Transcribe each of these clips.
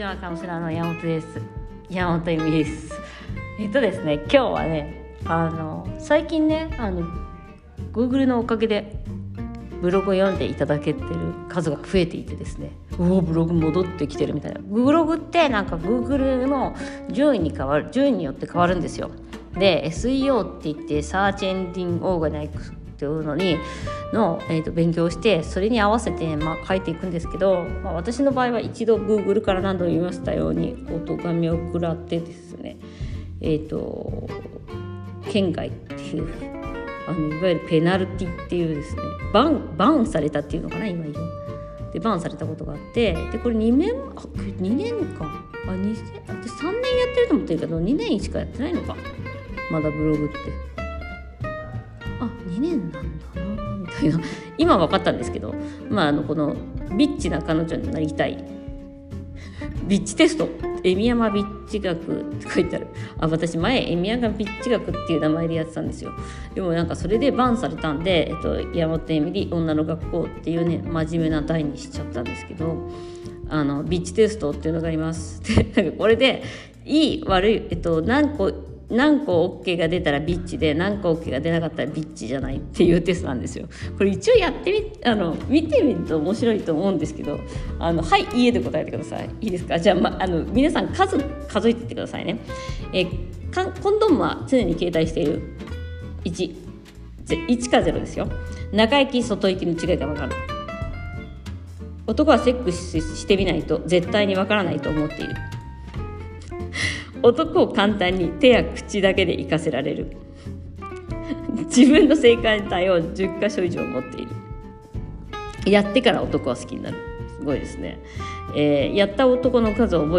はカウンセラーの山本です。山本恵美です。ですね、今日はね、最近ね、Google のおかげでブログを読んでいただけてる数が増えていてですね、ブログ戻ってきてるみたいな。ブログってなんか Google の順位によって変わるんですよ。で SEO って言ってサーチエンジンオーガナイクスっていうの勉強してそれに合わせて書いていくんですけど、私の場合は一度 Google から何度も言いましたようにお咎めを食らってですね、県外っていういわゆるペナルティっていうですね、バンされたっていうのかな、今言うでバンされたことがあって、でこれ2年か私3年やってると思ってるけど2年しかやってないのか、まだブログって2年なんだなみたいな今分かったんですけど、このビッチな彼女になりたいビッチテストエミヤマビッチ学って書いてある。私前エミヤマビッチ学っていう名前でやってたんですよ。でもなんかそれでバンされたんで、山本エミリ女の学校っていうね真面目な題にしちゃったんですけど、ビッチテストっていうのがあります。でなんかこれでいい悪い、何個 OK が出たらビッチで何個 OK が出なかったらビッチじゃないっていうテストなんですよ。これ一応やって見てみると面白いと思うんですけど、はい家で答えてください。いいですか。じゃあ、皆さん数えていってくださいね。コンドームは常に携帯している。1か0ですよ。中行き外行きの違いが分かる。男はセックスしてみないと絶対に分からないと思っている。男を簡単に手や口だけで活かせられる。自分の性感帯を10箇所以上持っている。やってから男は好きになる。すごいですね。やった男の数を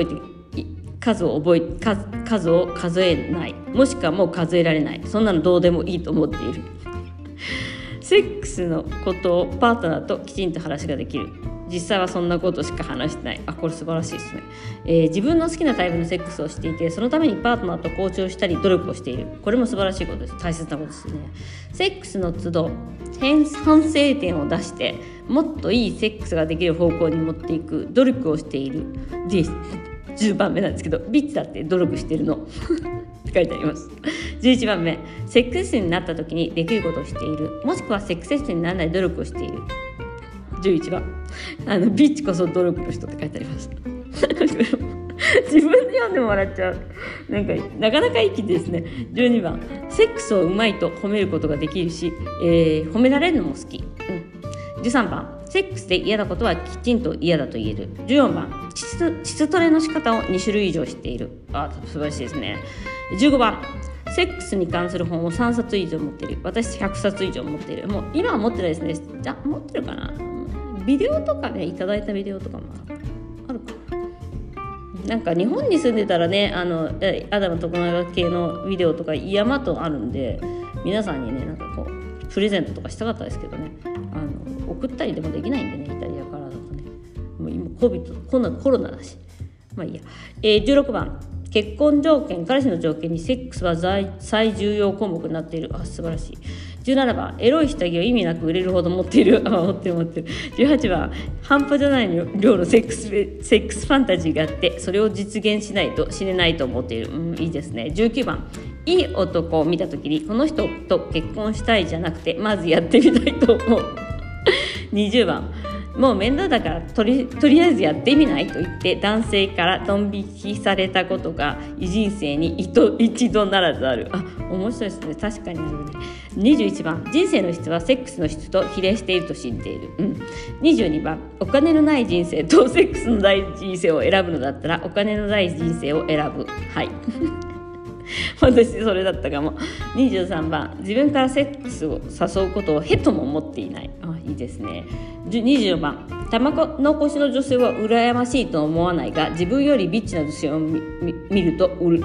数えない、もしくはもう数えられない、そんなのどうでもいいと思っている。セックスのことをパートナーときちんと話ができる。実際はそんなことしか話してない。これ素晴らしいですね。自分の好きなタイプのセックスをしていて、そのためにパートナーと交渉したり努力をしている。これも素晴らしいことです。大切なことですね。セックスの都度反省点を出してもっといいセックスができる方向に持っていく努力をしている。で10番目なんですけど、ビッチだって努力してるのって書いてあります。11番目、セックスレスになった時にできることをしている、もしくはセックスレスにならない努力をしている。11番、ビッチこそ努力の人って書いてあります。自分で読んでも笑っちゃう。なかなかいい記事ですね。12番、セックスをうまいと褒めることができるし、褒められるのも好き。13番、セックスで嫌なことはきちんと嫌だと言える。14番、膣トレの仕方を2種類以上知っている。素晴らしいですね。15番、セックスに関する本を3冊以上持っている。私100冊以上持っている。もう今は持ってないですね。持ってるかな。ビデオとかね、いただいたビデオとかもあるかな。日本に住んでたらね、アダム徳永系のビデオとか山とあるんで、皆さんにねプレゼントとかしたかったですけどね、送ったりでもできないんでね、イタリアからだとね、もう今コロナだし、いいや。16番、結婚条件、彼氏の条件にセックスは最重要項目になっている。素晴らしい。17番、エロい下着を意味なく売れるほど持っている。持ってる。18番、半端じゃない量のセックスファンタジーがあってそれを実現しないと死ねないと思っている。いいですね。19番、いい男を見た時にこの人と結婚したいじゃなくてまずやってみたいと思う。20番、もう面倒だからとりあえずやってみないと言って男性からドン引きされたことが人生に一度ならずある。面白いですね。確かにあるね。21番、人生の質はセックスの質と比例していると信じている。22番、お金のない人生とセックスのない人生を選ぶのだったらお金のない人生を選ぶ。はい私それだったかも。23番、自分からセックスを誘うことをへとも思っていない。いいですね。24番、玉の腰の女性は羨ましいと思わないが自分よりビッチな女性を見ると敬う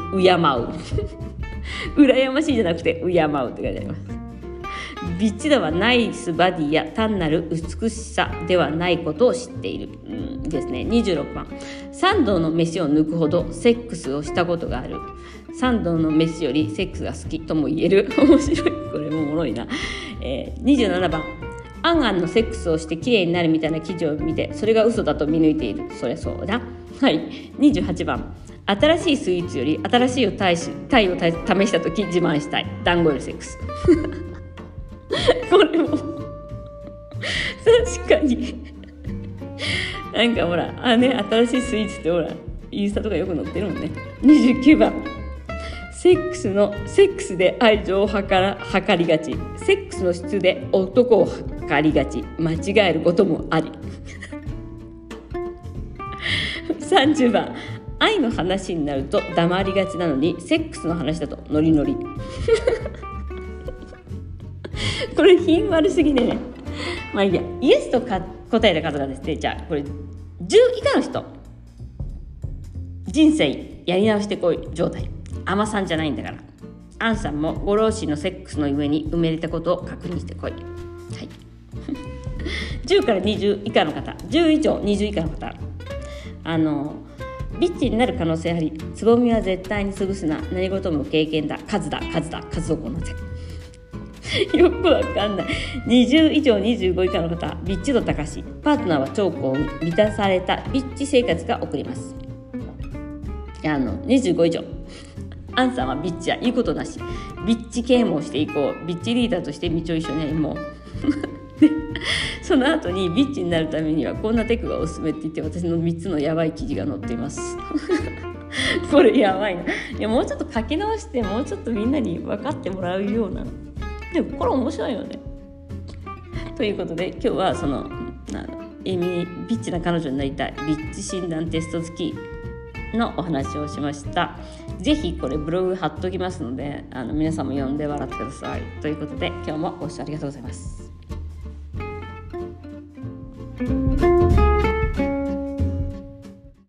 羨ましいじゃなくて敬うって書いてあります。ビッチ度はナイスバディや単なる美しさではないことを知っている。ですね。26番、3度の飯を抜くほどセックスをしたことがある。3度の飯よりセックスが好きとも言える。面白い。これもおもろいな。27番、 アンアンのセックスをして綺麗になるみたいな記事を見て、それが嘘だと見抜いている。そりゃそうだ。はい。28番、新しいスイーツより新しいタイを試したとき自慢したい。団子よりセックス。これも確かになんかほら新しいスイーツってほらインスタとかよく載ってるもんね。29番、セックスで愛情を測りがち。セックスの質で男を測りがち。間違えることもあり。30番、愛の話になると黙りがちなのにセックスの話だとノリノリ。これ品悪すぎでね。まあいいや。イエスと答えた方がですね、じゃあこれ10以下の人、人生やり直してこい状態。アマさんじゃないんだから。アンさんもご両親のセックスの上に埋めれたことを確認してこい。はい。10から20以下の方、10以上20以下の方、ビッチになる可能性あり。つぼみは絶対に潰すな。何事も経験だ。数をこなせ。よくわかんない。20以上25以下の方、ビッチ度高し。パートナーは超幸運。満たされたビッチ生活が送れます。25以上。アンさんはビッチはいいことなし。ビッチ啓蒙していこう。ビッチリーダーとして道を一緒に歩もう。その後にビッチになるためにはこんなテクがおすすめって言って、私の3つのやばい記事が載っています。これやばいな。いや、もうちょっと書き直して、もうちょっとみんなに分かってもらうような。でもこれ面白いよね。ということで今日はビッチな彼女になりたいビッチ診断テスト付きのお話をしました。ぜひこれブログ貼っときますので、皆さんも読んで笑ってください。ということで今日もご視聴ありがとうございます。